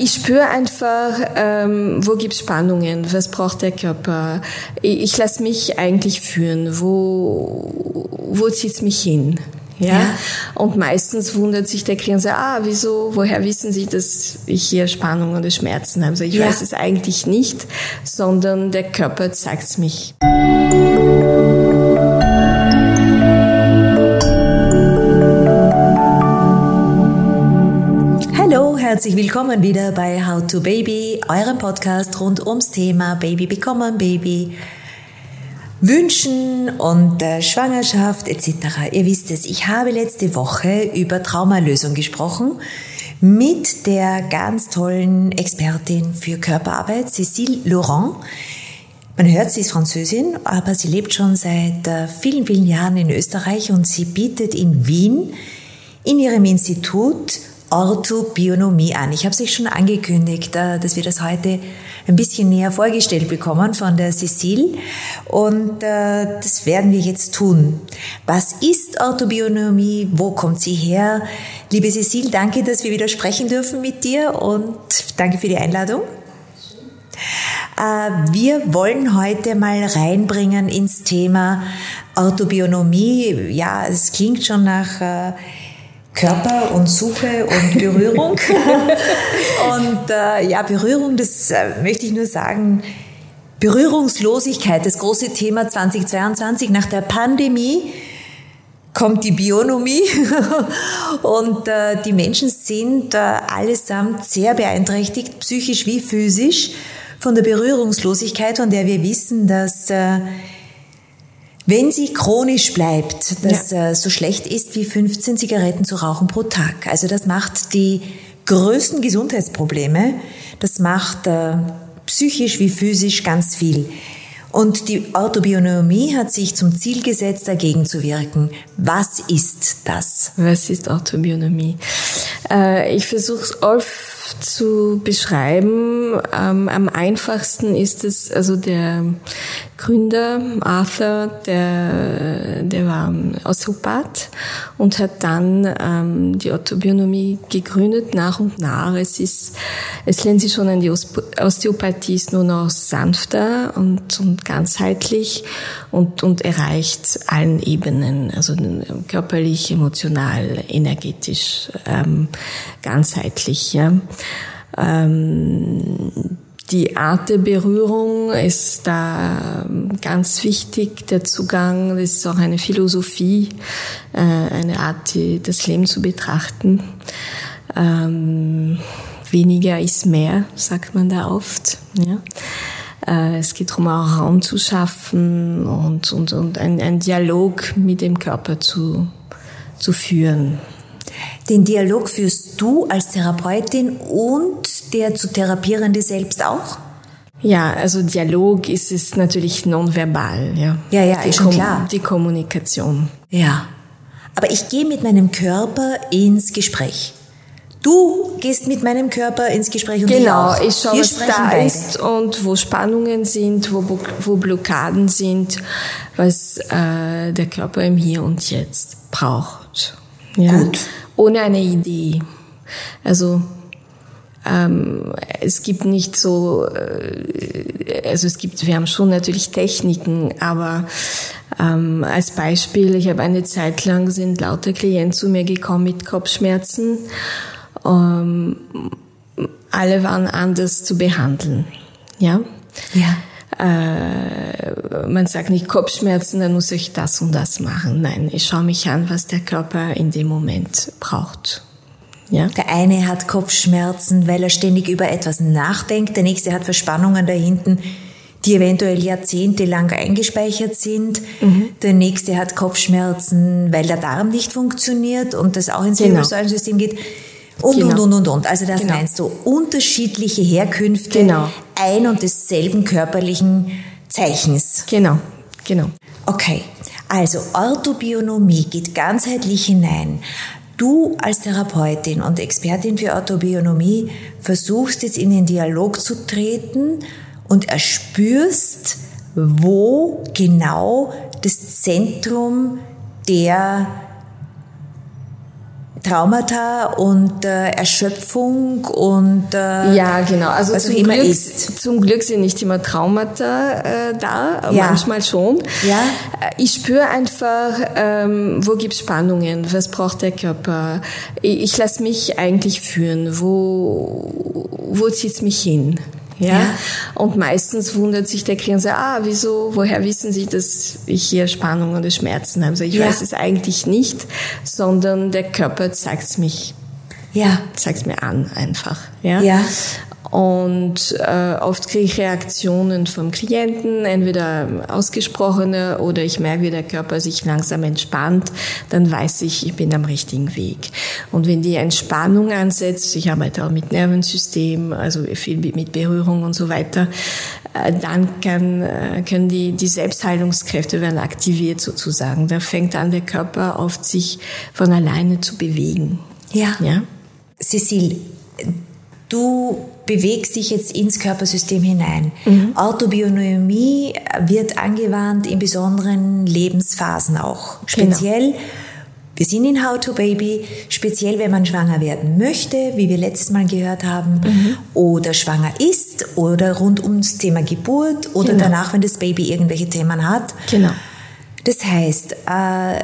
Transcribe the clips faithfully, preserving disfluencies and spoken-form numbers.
Ich spüre einfach, ähm, wo gibt es Spannungen, was braucht der Körper. Ich, ich lasse mich eigentlich führen, wo, wo zieht es mich hin. Ja? ja. Und meistens wundert sich der Klient so, ah, wieso, woher wissen Sie, dass ich hier Spannung oder Schmerzen habe? Also ich ja. weiß es eigentlich nicht, sondern der Körper zeigt es mich. Hallo, herzlich willkommen wieder bei How to Baby, eurem Podcast rund ums Thema Baby bekommen, Baby wünschen und äh, Schwangerschaft et cetera. Ihr wisst es, ich habe letzte Woche über Traumalösung gesprochen mit der ganz tollen Expertin für Körperarbeit, Cécile Laurent. Man hört, sie ist Französin, aber sie lebt schon seit äh, vielen, vielen Jahren in Österreich und sie bietet in Wien in ihrem Institut Orthobionomie an. Ich habe es euch schon angekündigt, dass wir das heute ein bisschen näher vorgestellt bekommen von der Cécile und äh, das werden wir jetzt tun. Was ist Orthobionomie? Wo kommt sie her? Liebe Cécile, danke, dass wir wieder sprechen dürfen mit dir und danke für die Einladung. Äh, wir wollen heute mal reinbringen ins Thema Orthobionomie. Ja, es klingt schon nach äh, Körper und Suche und Berührung. und äh, ja, Berührung, das äh, möchte ich nur sagen, Berührungslosigkeit, das große Thema zweitausendzweiundzwanzig. Nach der Pandemie kommt die Bionomie und äh, die Menschen sind äh, allesamt sehr beeinträchtigt, psychisch wie physisch, von der Berührungslosigkeit, von der wir wissen, dass äh, wenn sie chronisch bleibt, das ja. äh, so schlecht ist wie fünfzehn Zigaretten zu rauchen pro Tag. Also das macht die größten Gesundheitsprobleme. Das macht äh, psychisch wie physisch ganz viel. Und die Orthobionomie hat sich zum Ziel gesetzt, dagegen zu wirken. Was ist das? Was ist Orthobionomie? Äh, ich versuche es oft zu beschreiben. Ähm, am einfachsten ist es, also der Gründer Arthur, der, der war Osteopath und hat dann ähm, die Orthobionomie gegründet, nach und nach. Es ist, es lernt sich schon an die Osteopathie, ist nur noch sanfter und, und ganzheitlich und, und erreicht allen Ebenen, also körperlich, emotional, energetisch, ähm, ganzheitlich, ja. Ähm, die Art der Berührung ist da ganz wichtig, der Zugang, das ist auch eine Philosophie, äh, eine Art, die, das Leben zu betrachten. Ähm, weniger ist mehr, sagt man da oft, ja. Äh, es geht darum, auch Raum zu schaffen und, und, und ein, ein Dialog mit dem Körper zu, zu führen. Den Dialog führst du als Therapeutin und der zu Therapierende selbst auch? Ja, also Dialog ist es natürlich nonverbal, ja. Ja, ja, die ist schon Kom- klar. Die Kommunikation. Ja. Aber ich gehe mit meinem Körper ins Gespräch. Du gehst mit meinem Körper ins Gespräch und genau, ich auch. ich schaue, was da beide. ist und wo Spannungen sind, wo, wo Blockaden sind, was äh, der Körper im Hier und Jetzt braucht. Ja? Gut. Ohne eine Idee. Also ähm, es gibt nicht so, äh, also es gibt, wir haben schon natürlich Techniken, aber ähm, als Beispiel, ich habe eine Zeit lang sind lauter Klienten zu mir gekommen mit Kopfschmerzen. Ähm, alle waren anders zu behandeln, ja. Ja. Äh, man sagt nicht Kopfschmerzen, dann muss ich das und das machen. Nein, ich schaue mich an, was der Körper in dem Moment braucht. Ja? Der eine hat Kopfschmerzen, weil er ständig über etwas nachdenkt. Der nächste hat Verspannungen da hinten, die eventuell jahrzehntelang eingespeichert sind. Mhm. Der nächste hat Kopfschmerzen, weil der Darm nicht funktioniert und das auch ins genau. Wirbelsäulensystem geht. Und, genau. und, und, und, und. Also das genau. meinst du, unterschiedliche Herkünfte genau. ein und desselben körperlichen Zeichens. Genau, genau. Okay, also Orthobionomie geht ganzheitlich hinein. Du als Therapeutin und Expertin für Orthobionomie versuchst jetzt in den Dialog zu treten und erspürst, wo genau das Zentrum der Traumata und äh, Erschöpfung und äh, ja, genau. Also was zum, immer Glück, ist. zum Glück sind nicht immer Traumata äh, da, Ja. manchmal schon. Ja. Ich spüre einfach, ähm, wo gibt es Spannungen, was braucht der Körper. Ich, ich lasse mich eigentlich führen, wo, wo zieht es mich hin. Ja? Ja. Und meistens wundert sich der Klient so, ah, wieso, woher wissen Sie, dass ich hier Spannung oder Schmerzen habe? Also ich Ja. weiß es eigentlich nicht, sondern der Körper zeigt es mich, Ja. zeigt es mir an einfach. Ja. Ja. Und äh, oft kriege ich Reaktionen vom Klienten, entweder ausgesprochene oder ich merke, wie der Körper sich langsam entspannt, dann weiß ich, ich bin am richtigen Weg. Und wenn die Entspannung ansetzt, ich arbeite auch mit Nervensystem, also viel mit Berührung und so weiter, äh, dann kann, äh, können die, die Selbstheilungskräfte werden aktiviert sozusagen. Da fängt an, der Körper oft sich von alleine zu bewegen. Ja. Ja? Cecile, du bewegst dich jetzt ins Körpersystem hinein. Mhm. Orthobionomie wird angewandt in besonderen Lebensphasen auch. Speziell, genau. Wir sind in How to Baby, speziell wenn man schwanger werden möchte, wie wir letztes Mal gehört haben, mhm. oder schwanger ist oder rund ums Thema Geburt oder genau. danach, wenn das Baby irgendwelche Themen hat. Genau. Das heißt, äh,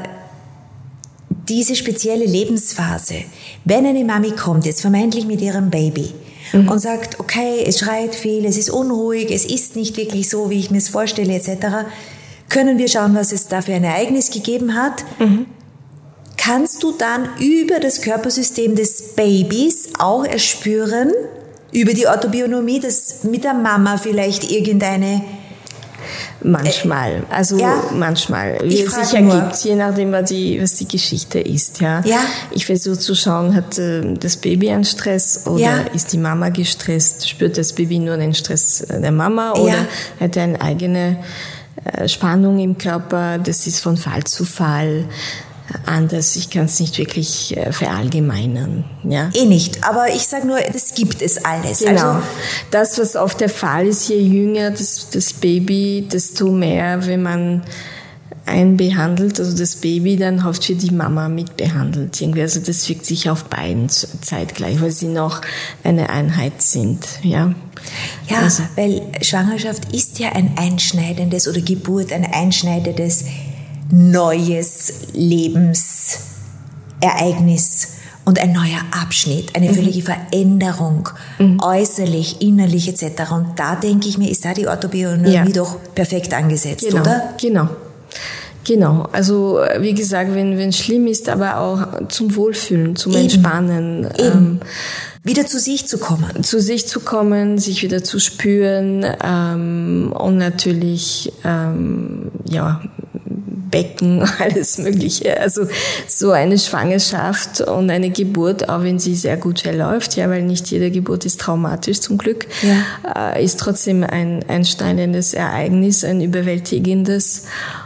diese spezielle Lebensphase, wenn eine Mami kommt, jetzt vermeintlich mit ihrem Baby, mhm. und sagt, okay, es schreit viel, es ist unruhig, es ist nicht wirklich so, wie ich mir es vorstelle, et cetera, können wir schauen, was es da für ein Ereignis gegeben hat. Mhm. Kannst du dann über das Körpersystem des Babys auch erspüren, über die Orthobionomie, dass mit der Mama vielleicht irgendeine... Manchmal, also ja, manchmal, wie es sich ergibt, je nachdem, was die, was die Geschichte ist. Ja. Ja. Ich versuche zu schauen, hat äh, das Baby einen Stress oder ja. ist die Mama gestresst? Spürt das Baby nur den Stress der Mama oder ja. hat er eine eigene äh, Spannung im Körper? Das ist von Fall zu Fall anders. Ich kann es nicht wirklich äh, verallgemeinern. Ja? Eh nicht, aber ich sage nur, das gibt es alles. Genau. Also, das, was oft der Fall ist, je jünger das, das Baby, desto mehr, wenn man einen behandelt, also das Baby, dann oft für die Mama mitbehandelt. Irgendwie. Also das wirkt sich auf beiden zeitgleich, weil sie noch eine Einheit sind. Ja, ja also. Weil Schwangerschaft ist ja ein einschneidendes oder Geburt ein einschneidendes neues Lebensereignis und ein neuer Abschnitt, eine völlige mhm. Veränderung, mhm. äußerlich, innerlich et cetera. Und da denke ich mir, ist da die Orthobionomie ja. doch perfekt angesetzt, genau. oder? Genau. Genau, also wie gesagt, wenn wenn es schlimm ist, aber auch zum Wohlfühlen, zum Eben. Entspannen. Eben. Ähm, wieder zu sich zu kommen. Zu sich zu kommen, sich wieder zu spüren ähm, und natürlich, ähm, ja, Becken, alles Mögliche. Also so eine Schwangerschaft und eine Geburt, auch wenn sie sehr gut verläuft, ja, weil nicht jede Geburt ist traumatisch zum Glück, ja. äh, ist trotzdem ein einschneidendes Ereignis, ein überwältigendes.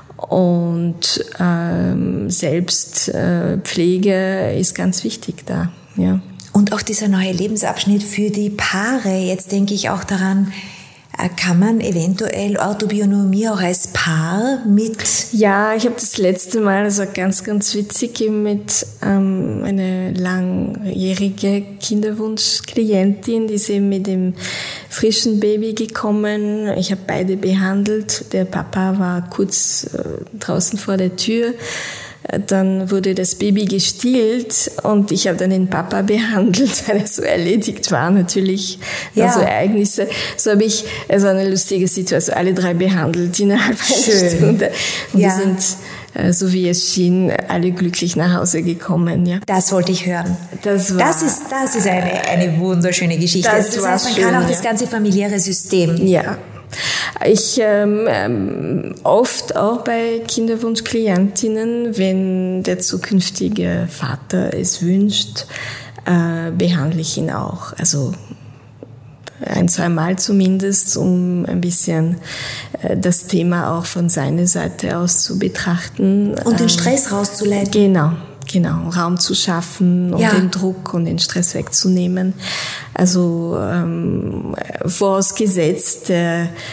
Und ähm, Selbstpflege äh, ist ganz wichtig da, ja. Und auch dieser neue Lebensabschnitt für die Paare, jetzt denke ich auch daran, kann man eventuell Orthobionomie auch als Paar mit... Ja, ich habe das letzte Mal, also ganz, ganz witzig, mit ähm, einer langjährige Kinderwunschklientin, die ist eben mit dem frischen Baby gekommen. Ich habe beide behandelt. Der Papa war kurz äh, draußen vor der Tür. Dann wurde das Baby gestillt und ich habe dann den Papa behandelt, weil er so erledigt war, natürlich, ja. also Ereignisse. So habe ich, also eine lustige Situation, alle drei behandelt innerhalb einer Stunde. Und ja. die sind, so wie es schien, alle glücklich nach Hause gekommen. Ja. Das wollte ich hören. Das, war, das ist, das ist eine, eine wunderschöne Geschichte. Das, das heißt, man schön, kann auch ja. das ganze familiäre System... Ja. Ich ähm, oft auch bei Kinderwunschklientinnen, wenn der zukünftige Vater es wünscht, äh, behandle ich ihn auch. Also ein, zwei Mal zumindest, um ein bisschen äh, das Thema auch von seiner Seite aus zu betrachten. Und den Stress ähm, rauszuleiten. Genau. Genau, Raum zu schaffen und ja. den Druck und den Stress wegzunehmen. Also ähm, vorausgesetzt, der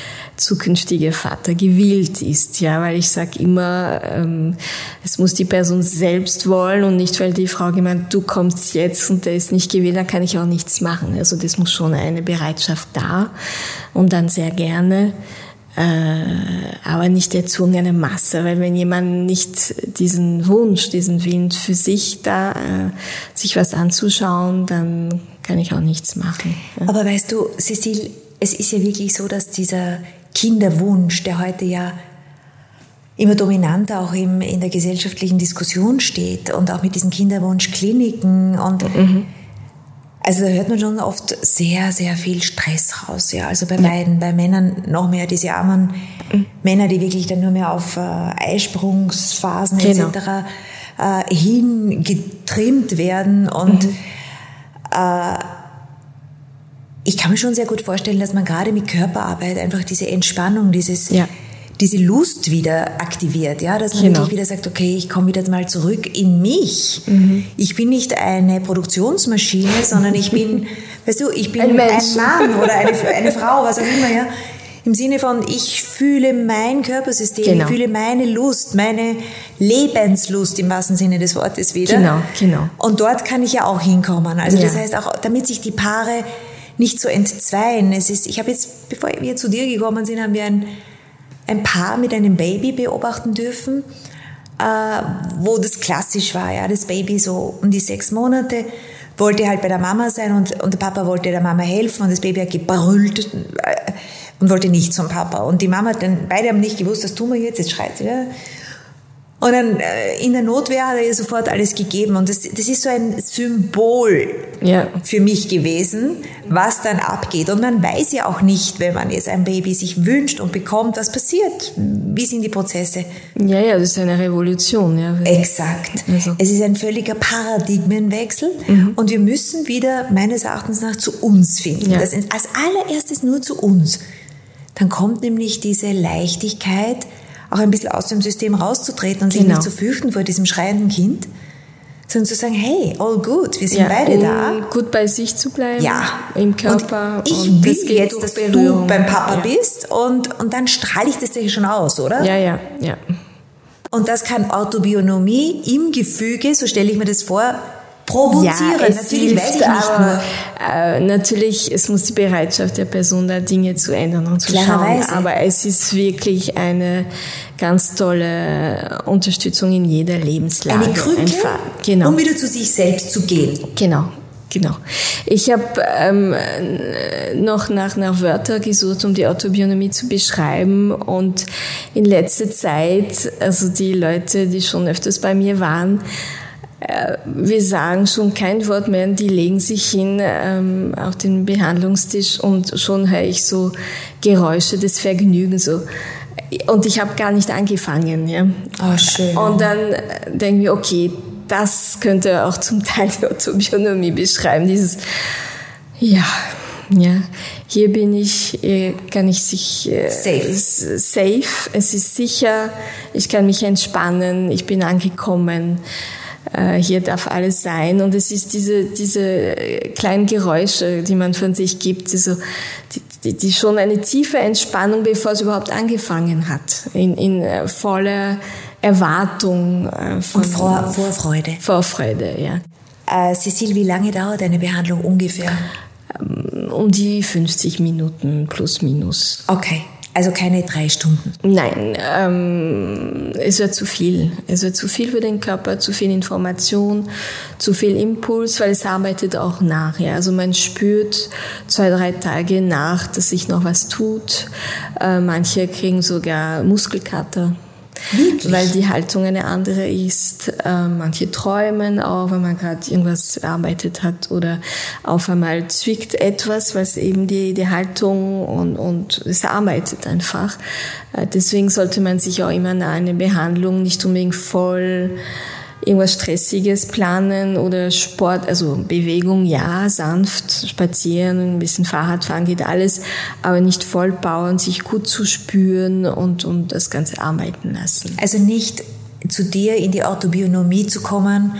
zukünftige Vater gewillt ist, ja, weil ich sage immer, ähm, es muss die Person selbst wollen und nicht, weil die Frau gemeint, du kommst jetzt und der ist nicht gewillt, dann kann ich auch nichts machen. Also das muss schon eine Bereitschaft da und dann sehr gerne, äh, aber nicht erzwungene Masse, weil wenn jemand nicht diesen Wunsch, diesen Willen für sich da, äh, sich was anzuschauen, dann kann ich auch nichts machen. Ja. Aber weißt du, Cécile, es ist ja wirklich so, dass dieser Kinderwunsch, der heute ja immer dominanter auch im, in der gesellschaftlichen Diskussion steht und auch mit diesen Kinderwunschkliniken und mhm. also da hört man schon oft sehr, sehr viel Stress raus, ja. Also bei beiden, bei Männern noch mehr, diese armen mhm. Männer, die wirklich dann nur mehr auf äh, Eisprungsphasen genau. et cetera äh, hingetrimmt werden und mhm. äh, ich kann mir schon sehr gut vorstellen, dass man gerade mit Körperarbeit einfach diese Entspannung, dieses, ja. diese Lust wieder aktiviert, ja, dass man genau. wirklich wieder sagt, okay, ich komme wieder mal zurück in mich. Mhm. Ich bin nicht eine Produktionsmaschine, sondern ich bin, weißt du, ich bin ein, ein Mann oder eine, eine Frau, was auch immer, ja. Im Sinne von, ich fühle mein Körpersystem, genau. ich fühle meine Lust, meine Lebenslust im wahrsten Sinne des Wortes wieder. Genau, genau. Und dort kann ich ja auch hinkommen. Also ja. das heißt auch, damit sich die Paare nicht so entzweien. Es ist, ich habe jetzt, bevor wir zu dir gekommen sind, haben wir ein, ein Paar mit einem Baby beobachten dürfen, äh, wo das klassisch war. Ja, das Baby so um die sechs Monate wollte halt bei der Mama sein und, und der Papa wollte der Mama helfen und das Baby hat gebrüllt äh, und wollte nicht zum Papa. Und die Mama hat dann, beide haben nicht gewusst, was tun wir jetzt, jetzt schreit sie. Ja. Und dann äh, in der Notwehr hat er ihr sofort alles gegeben. Und das, das ist so ein Symbol ja. für mich gewesen, was dann abgeht. Und man weiß ja auch nicht, wenn man jetzt ein Baby sich wünscht und bekommt, was passiert. Wie sind die Prozesse? Ja, ja, das ist eine Revolution. Ja. Exakt. Also. Es ist ein völliger Paradigmenwechsel. Mhm. Und wir müssen wieder, meines Erachtens nach, zu uns finden. Ja. Das ist als allererstes nur zu uns. Dann kommt nämlich diese Leichtigkeit, auch ein bisschen aus dem System rauszutreten und sich genau. nicht zu fürchten vor diesem schreienden Kind, sondern zu sagen, hey, all good, wir sind ja, beide um da. Gut bei sich zu bleiben, ja. im Körper. Und ich und will das jetzt, dass Berührung. Du beim Papa ja. bist und, und dann strahle ich das dir schon aus, oder? Ja, ja, ja. Und das kann Autobionomie im Gefüge, so stelle ich mir das vor, provozieren. Ja, natürlich hilft, weiß ich nicht aber, nur. Äh, natürlich, es muss die Bereitschaft der Person da Dinge zu ändern und zu Klarerweise. schauen. Aber es ist wirklich eine ganz tolle Unterstützung in jeder Lebenslage. Eine Krücke, Einfach, genau. um wieder zu sich selbst zu gehen. Genau. Genau. Ich habe ähm, noch nach, nach Wörtern gesucht, um die Autobionomie zu beschreiben, und in letzter Zeit, also die Leute, die schon öfters bei mir waren, äh, wir sagen schon kein Wort mehr, die legen sich hin ähm, auf den Behandlungstisch und schon höre ich so Geräusche des Vergnügens, so. Und ich habe gar nicht angefangen. Ja. Oh, schön. Und dann denken wir, okay, das könnte auch zum Teil die Autobionomie beschreiben. Dieses, ja, ja, hier bin ich, hier kann ich sich äh, safe. safe, es ist sicher, ich kann mich entspannen, ich bin angekommen, äh, hier darf alles sein. Und es ist diese, diese kleinen Geräusche, die man von sich gibt, die, so, die, die, die schon eine tiefe Entspannung, bevor es überhaupt angefangen hat, in, in äh, voller Erwartung äh, von und Vor- Vorfreude. Vorfreude, ja. Äh, Cécile, wie lange dauert eine Behandlung ungefähr? Ähm, um die fünfzig Minuten plus minus. Okay, also keine drei Stunden. Nein, ähm, es wird zu viel. Es wird zu viel für den Körper, zu viel Information, zu viel Impuls, weil es arbeitet auch nach. Ja. Also man spürt zwei, drei Tage nach, dass sich noch was tut. Äh, manche kriegen sogar Muskelkater. Wirklich? Weil die Haltung eine andere ist. Äh, manche träumen auch, wenn man gerade irgendwas erarbeitet hat, oder auf einmal zwickt etwas, weil es eben die, die Haltung und, und es arbeitet einfach. Äh, deswegen sollte man sich auch immer nach einer Behandlung nicht unbedingt voll irgendwas Stressiges planen oder Sport, also Bewegung, ja, sanft spazieren, ein bisschen Fahrrad fahren geht alles, aber nicht vollbauen, sich gut zu spüren und, und das Ganze arbeiten lassen. Also nicht zu dir in die Autobionomie zu kommen,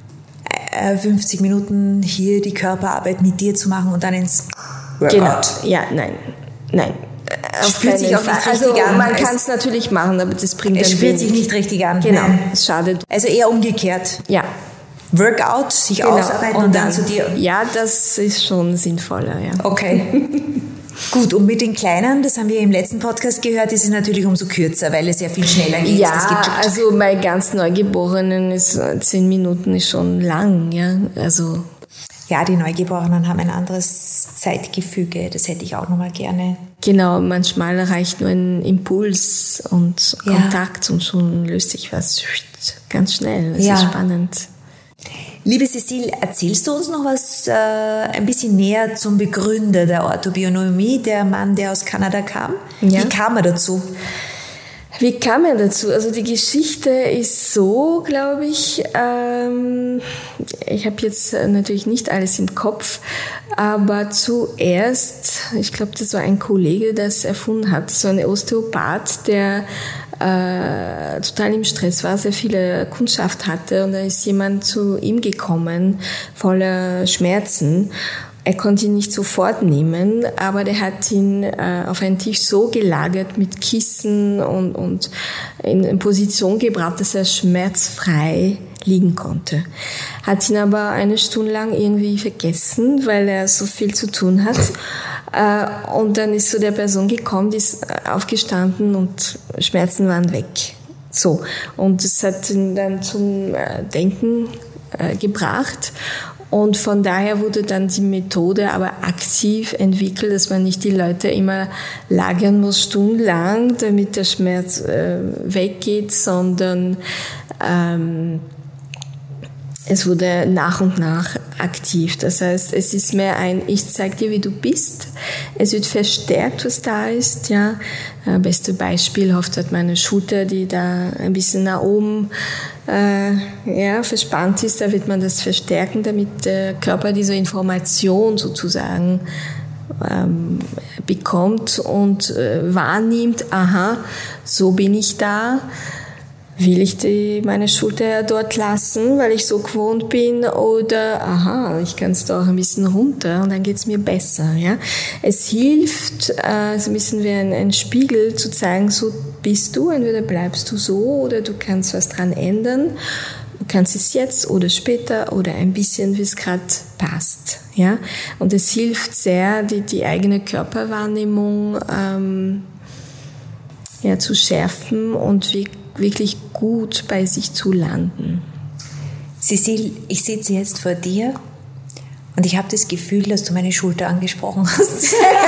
fünfzig Minuten hier die Körperarbeit mit dir zu machen und dann ins Workout. Genau, ja, nein, nein. Auf spürt sich auch nicht Fall. richtig also, an. Man kann es natürlich machen, aber das bringt es dann spürt wenig. sich nicht richtig an. Genau, es schadet. Also eher umgekehrt. Ja. Workout, sich genau. ausarbeiten und, und dann, dann zu dir. Ja, das ist schon sinnvoller, ja. Okay. Gut, und mit den Kleinen, das haben wir im letzten Podcast gehört, ist es natürlich umso kürzer, weil es ja viel schneller geht. Ja, das gibt also bei ganz Neugeborenen ist zehn Minuten ist schon lang, ja, also. Ja, die Neugeborenen haben ein anderes Zeitgefüge, das hätte ich auch nochmal gerne. Genau, manchmal reicht nur ein Impuls und ja. Kontakt und schon löst sich was ganz schnell, das ja. ist spannend. Liebe Cécile, erzählst du uns noch was äh, ein bisschen näher zum Begründer der Orthobionomie, der Mann, der aus Kanada kam? Ja. Wie kam er dazu? Wie kam er dazu? Also die Geschichte ist so, glaube ich, ähm, ich habe jetzt natürlich nicht alles im Kopf, aber zuerst, ich glaube, das war ein Kollege, der es erfunden hat, so ein Osteopath, der äh, total im Stress war, sehr viele Kundschaft hatte und da ist jemand zu ihm gekommen, voller Schmerzen. Er konnte ihn nicht sofort nehmen, aber der hat ihn äh, auf einen Tisch so gelagert mit Kissen und, und in, in Position gebracht, dass er schmerzfrei liegen konnte. Hat ihn aber eine Stunde lang irgendwie vergessen, weil er so viel zu tun hat. Äh, und dann ist so der Person gekommen, die ist aufgestanden und Schmerzen waren weg. So. Und das hat ihn dann zum äh, Denken äh, gebracht. Und von daher wurde dann die Methode aber aktiv entwickelt, dass man nicht die Leute immer lagern muss stundenlang, damit der Schmerz äh, weggeht, sondern ähm, es wurde nach und nach aktiv. Das heißt, es ist mehr ein, ich zeig dir, wie du bist. Es wird verstärkt, was da ist. Ja, äh, beste Beispiel, oft hat meine Schulter, die da ein bisschen nach oben äh, ja, verspannt ist. Da wird man das verstärken, damit der Körper diese Information sozusagen ähm, bekommt und äh, wahrnimmt, aha, so bin ich da. Will ich die, meine Schulter dort lassen, weil ich so gewohnt bin, oder aha, ich kann es doch ein bisschen runter und dann geht's mir besser. Ja, es hilft, äh, so ein bisschen wie ein, ein Spiegel zu zeigen, so bist du, entweder bleibst du so oder du kannst was dran ändern. Du kannst es jetzt oder später oder ein bisschen, wie es gerade passt. Ja, und es hilft sehr, die, die eigene Körperwahrnehmung ähm, ja, zu schärfen und wie wirklich gut bei sich zu landen. Cécile, ich sitze jetzt vor dir und ich habe das Gefühl, dass du meine Schulter angesprochen hast.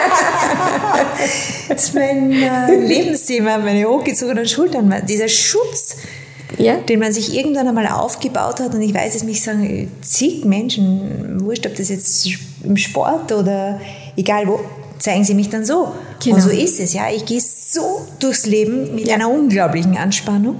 Das ist mein äh, Lebensthema, meine hochgezogenen Schultern. Dieser Schutz, ja, den man sich irgendwann einmal aufgebaut hat, und ich weiß es, mich sagen zig Menschen, wurscht, ob das jetzt im Sport oder egal wo, zeigen sie mich dann so. Genau. Und so ist es, ja. Ich gehe so durchs Leben mit einer unglaublichen Anspannung.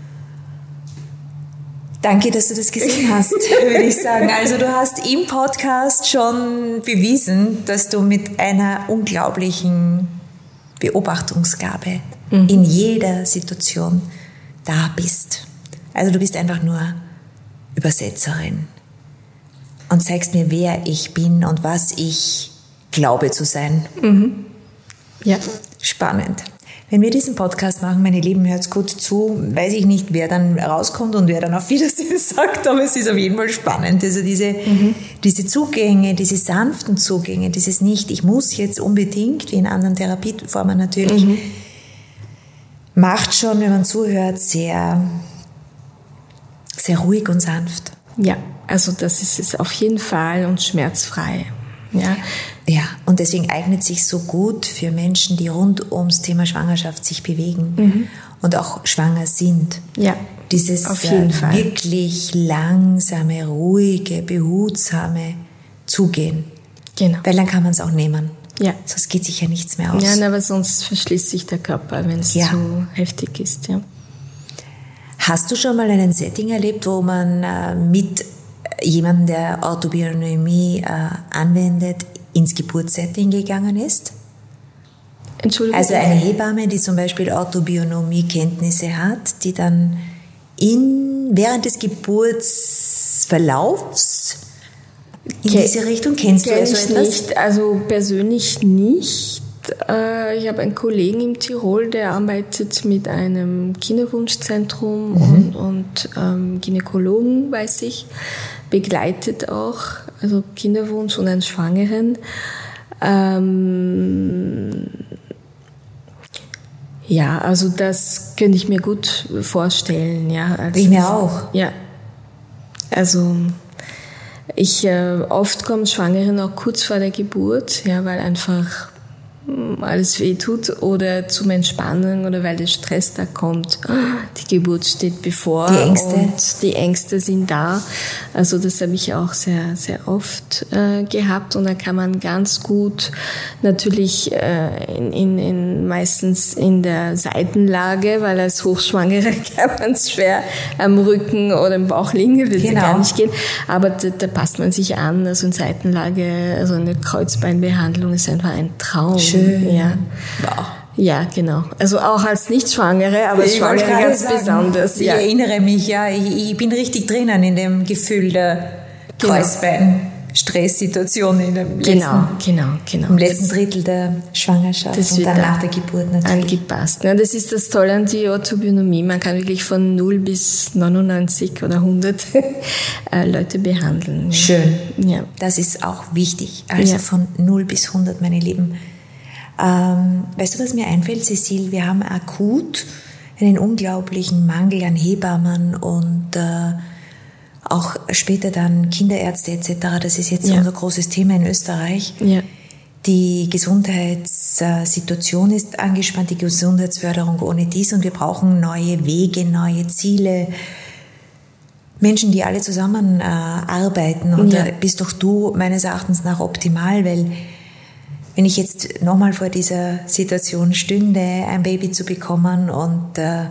Danke, dass du das gesehen hast, würde ich sagen. Also du hast im Podcast schon bewiesen, dass du mit einer unglaublichen Beobachtungsgabe mhm. in jeder Situation da bist. Also du bist einfach nur Übersetzerin und zeigst mir, wer ich bin und was ich glaube zu sein. Mhm. Ja. Spannend. Wenn wir diesen Podcast machen, meine Lieben, hört's gut zu, weiß ich nicht, wer dann rauskommt und wer dann auf Wiedersehen sagt, aber es ist auf jeden Fall spannend. Also diese, mhm. diese Zugänge, diese sanften Zugänge, dieses nicht, ich muss jetzt unbedingt, wie in anderen Therapieformen natürlich, mhm. macht schon, wenn man zuhört, sehr, sehr ruhig und sanft. Ja, also das ist es auf jeden Fall und schmerzfrei. Ja. Ja, und deswegen eignet sich so gut für Menschen, die rund ums Thema Schwangerschaft sich bewegen mhm. und auch schwanger sind. Ja, dieses auf jeden äh, Fall. wirklich langsame, ruhige, behutsame Zugehen. Genau. Weil dann kann man es auch nehmen. Ja. Sonst geht sich ja nichts mehr aus. Ja, aber sonst verschließt sich der Körper, wenn es ja. zu heftig ist. Ja. Hast du schon mal ein Setting erlebt, wo man äh, mit jemandem, der Orthobionomie äh, anwendet, ins Geburtssetting gegangen ist? Entschuldigung. Also eine Hebamme, die zum Beispiel Orthobionomie-Kenntnisse hat, die dann in, während des Geburtsverlaufs in Ken, diese Richtung, kennst du also etwas? Nicht, also persönlich nicht. äh, ich habe einen Kollegen im Tirol, der arbeitet mit einem Kinderwunschzentrum mhm. und, und ähm, Gynäkologen, weiß ich, begleitet auch, also Kinderwunsch und einen Schwangeren. Ähm, ja, also das könnte ich mir gut vorstellen. Ja, also, ich mir auch. Ja, also ich äh, oft kommen Schwangere auch kurz vor der Geburt, ja, weil einfach alles weh tut oder zum Entspannen oder weil der Stress da kommt. Die Geburt steht bevor die Ängste. Und die Ängste sind da. Also das habe ich auch sehr, sehr oft äh, gehabt und da kann man ganz gut natürlich äh, in, in, in meistens in der Seitenlage, weil als Hochschwangere kann man es schwer am Rücken oder im Bauch liegen, wird genau. gar nicht gehen. Aber da, da passt man sich an. Also in Seitenlage, also eine Kreuzbeinbehandlung ist einfach ein Traum. Schön. Ja. Wow. Ja, genau. Also auch als Nicht-Schwangere, aber als Schwangere ganz sagen, besonders. Ja. Ich erinnere mich, ja, ich, ich bin richtig drinnen in dem Gefühl der genau. Kreuzbein-Stresssituation in dem genau, letzten, genau, genau. im letzten Drittel der Schwangerschaft das und dann nach der Geburt natürlich. Angepasst. Ja, das ist das Tolle an die Orthobionomie. Man kann wirklich von null bis neunundneunzig oder hundert Leute behandeln. Ja. Schön. Ja. Das ist auch wichtig. Also ja. von null bis hundert, meine Lieben. Ähm, weißt du, was mir einfällt, Cecile? Wir haben akut einen unglaublichen Mangel an Hebammen und äh, auch später dann Kinderärzte et cetera. Das ist jetzt ja. unser großes Thema in Österreich. Ja. Die Gesundheitssituation ist angespannt, die Gesundheitsförderung ohne dies und wir brauchen neue Wege, neue Ziele. Menschen, die alle zusammen äh, arbeiten und ja. da bist doch du meines Erachtens nach optimal, weil wenn ich jetzt nochmal vor dieser Situation stünde, ein Baby zu bekommen und äh,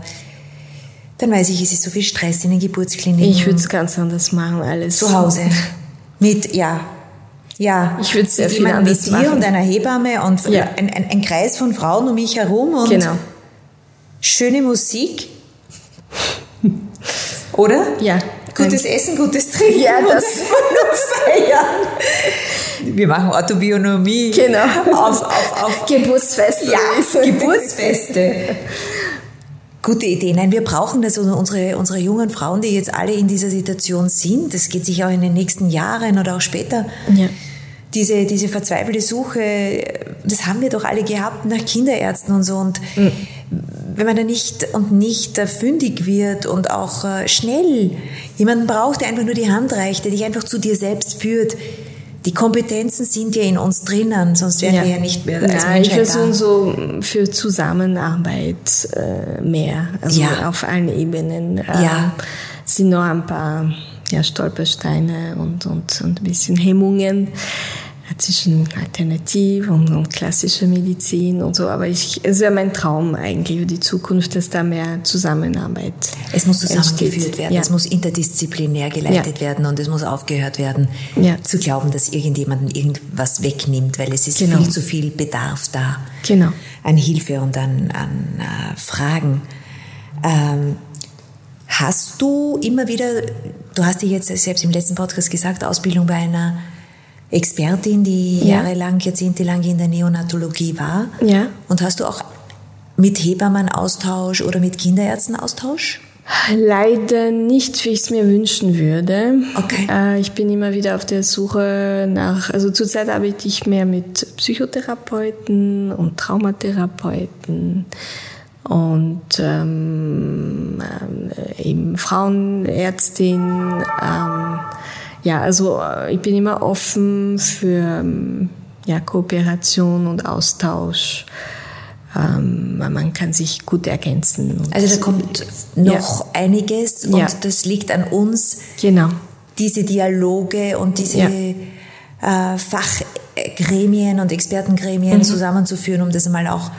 dann weiß ich, es ist so viel Stress in den Geburtskliniken. Ich würde es ganz anders machen, alles. Zu Hause. Mit, ja, ja. Ich würde es sehr viel anders machen. Mit dir machen. und einer Hebamme und ja. ein, ein, ein Kreis von Frauen um mich herum und genau. schöne Musik. Oder? Ja. Gutes Nein. Essen, gutes Trinken. Ja, das feiern. Wir machen Orthobionomie. Genau. Auf, auf, auf Geburtsfeste. Ja, Geburtsfeste. Gute Idee. Nein, wir brauchen das. Also unsere, unsere jungen Frauen, die jetzt alle in dieser Situation sind, das geht sich auch in den nächsten Jahren oder auch später. Ja. Diese, diese verzweifelte Suche, das haben wir doch alle gehabt nach Kinderärzten und so. Und mhm. wenn man da nicht und nicht fündig wird und auch schnell jemanden braucht, der einfach nur die Hand reicht, der dich einfach zu dir selbst führt. Die Kompetenzen sind ja in uns drinnen, sonst wären ja. wir ja nicht mehr als Nein, ich Menschheit da. versuche so für Zusammenarbeit äh, mehr, also ja. auf allen Ebenen. Äh, ja. sind noch ein paar ja, Stolpersteine und, und, und ein bisschen Hemmungen zwischen Alternativ und, und klassischer Medizin und so. Aber ich, es wäre mein Traum eigentlich für die Zukunft, dass da mehr Zusammenarbeit Es muss zusammengeführt entsteht. werden, ja. es muss interdisziplinär geleitet ja. werden und es muss aufgehört werden, ja. zu glauben, dass irgendjemanden irgendwas wegnimmt, weil es ist genau. viel zu viel Bedarf da genau. an Hilfe und an, an uh, Fragen. Ähm, hast du immer wieder, du hast dir jetzt selbst im letzten Podcast gesagt, Ausbildung bei einer Expertin, die ja. jahrelang, jahrzehntelang in der Neonatologie war. Ja. Und hast du auch mit Hebammen Austausch oder mit Kinderärzten Austausch? Leider nicht, wie ich es mir wünschen würde. Okay. Äh, ich bin immer wieder auf der Suche nach, also zurzeit arbeite ich mehr mit Psychotherapeuten und Traumatherapeuten und ähm, äh, eben Frauenärztin. Ähm, Ja, also ich bin immer offen für ja, Kooperation und Austausch. Ähm, man kann sich gut ergänzen. Also da kommt noch ja. einiges und ja. das liegt an uns, genau. diese Dialoge und diese ja. äh, Fachgremien und Expertengremien mhm. zusammenzuführen, um das mal auch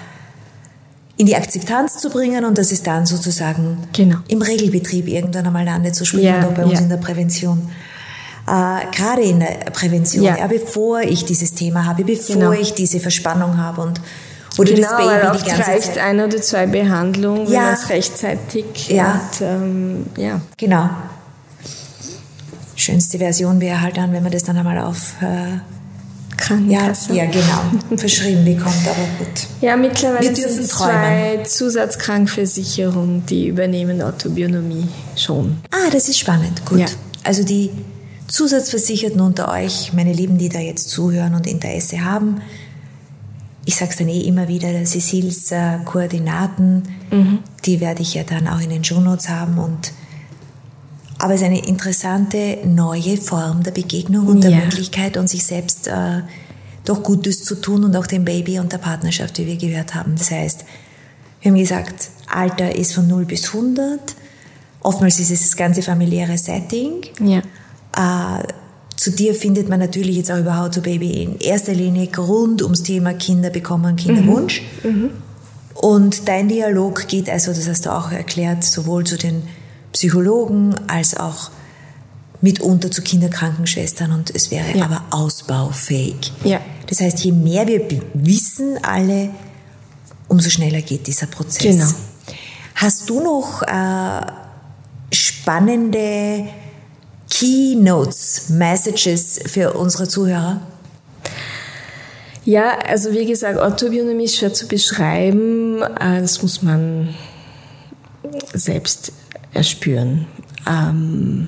in die Akzeptanz zu bringen und dass es dann sozusagen genau. im Regelbetrieb irgendwann einmal landet, so spricht ja. man doch bei uns ja. in der Prävention. Äh, gerade in der Prävention, ja. Ja, bevor ich dieses Thema habe, bevor genau. ich diese Verspannung habe und oder genau, das Baby weil die oft ganze reicht Zeit. ein oder zwei Behandlungen, ja. wenn es rechtzeitig ja. und, ähm, ja. Genau. Schönste Version wäre halt dann, wenn man das dann einmal auf äh, Krankenkasse. Ja, ja, genau. Verschrieben bekommt, aber gut. Ja, mittlerweile Wir dürfen sind träumen. zwei Zusatzkrankversicherungen, die übernehmen Autobionomie schon. Ah, das ist spannend. Gut. Ja. Also die Zusatzversicherten unter euch, meine Lieben, die da jetzt zuhören und Interesse haben, ich sage es dann eh immer wieder, Cecils äh, Koordinaten, mhm. die werde ich ja dann auch in den Shownotes haben. Und, aber es ist eine interessante neue Form der Begegnung und der ja. Möglichkeit und sich selbst äh, doch Gutes zu tun und auch dem Baby und der Partnerschaft, wie wir gehört haben. Das heißt, wir haben gesagt, Alter ist von null bis hundert. Oftmals ist es das ganze familiäre Setting. Ja. Äh, zu dir findet man natürlich jetzt auch über How to Baby in erster Linie rund ums Thema Kinder bekommen, Kinderwunsch. Mhm. Mhm. Und dein Dialog geht also, das hast du auch erklärt, sowohl zu den Psychologen als auch mitunter zu Kinderkrankenschwestern und es wäre ja. aber ausbaufähig. Ja. Das heißt, je mehr wir wissen alle, umso schneller geht dieser Prozess. Genau. Hast du noch äh, spannende Keynotes, Messages für unsere Zuhörer? Ja, also wie gesagt, Autobionomie ist schwer zu beschreiben. Das muss man selbst erspüren. Ähm,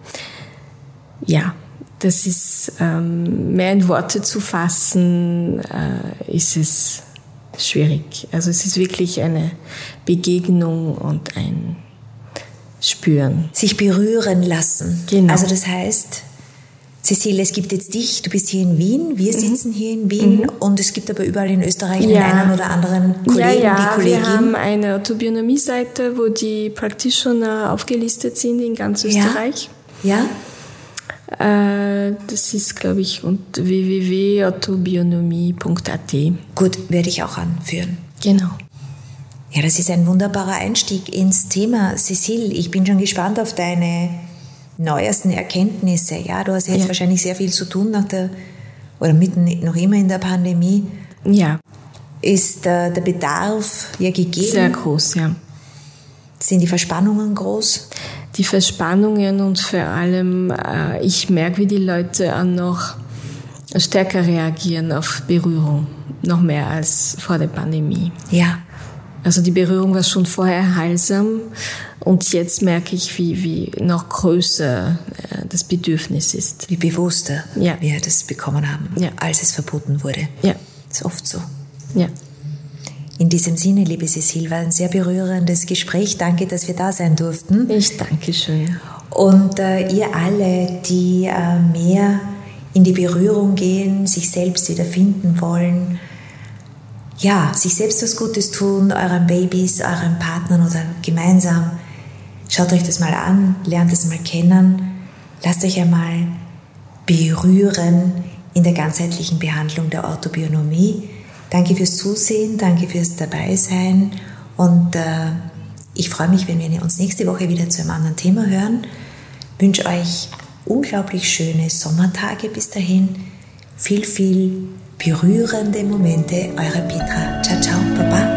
ja, das ist ähm, mehr in Worte zu fassen, äh, ist es schwierig. Also es ist wirklich eine Begegnung und ein Spüren. Sich berühren lassen. Genau. Also das heißt, Cecile, es gibt jetzt dich, du bist hier in Wien, wir sitzen mhm. hier in Wien mhm. und es gibt aber überall in Österreich ja. den einen oder anderen Kollegen, ja, ja, die Kollegin. Wir haben eine Autobionomie-Seite, wo die Practitioner aufgelistet sind in ganz Österreich. Ja. ja. Äh, das ist, glaube ich, unter w w w punkt autobionomie punkt a t. Gut, werde ich auch anführen. Genau. Ja, das ist ein wunderbarer Einstieg ins Thema. Cecile, ich bin schon gespannt auf deine neuesten Erkenntnisse. Ja, du hast jetzt ja. wahrscheinlich sehr viel zu tun nach der, oder mitten noch immer in der Pandemie. Ja. Ist äh, der Bedarf ja gegeben? Sehr groß, ja. Sind die Verspannungen groß? Die Verspannungen und vor allem, äh, ich merke, wie die Leute auch noch stärker reagieren auf Berührung. Noch mehr als vor der Pandemie. Ja. Also die Berührung war schon vorher heilsam und jetzt merke ich, wie, wie noch größer das Bedürfnis ist. Wie bewusster ja. wir das bekommen haben, ja. als es verboten wurde. Ja. Das ist oft so. Ja. In diesem Sinne, liebe Cecile, war ein sehr berührendes Gespräch. Danke, dass wir da sein durften. Ich danke schön. Und äh, ihr alle, die äh, mehr in die Berührung gehen, sich selbst wieder finden wollen, ja, sich selbst was Gutes tun, euren Babys, euren Partnern oder gemeinsam. Schaut euch das mal an, lernt es mal kennen, lasst euch einmal berühren in der ganzheitlichen Behandlung der Autobionomie. Danke fürs Zusehen, danke fürs Dabeisein und äh, ich freue mich, wenn wir uns nächste Woche wieder zu einem anderen Thema hören. Ich wünsche euch unglaublich schöne Sommertage bis dahin, viel, viel berührende Momente, eure Petra. Ciao, ciao, Baba.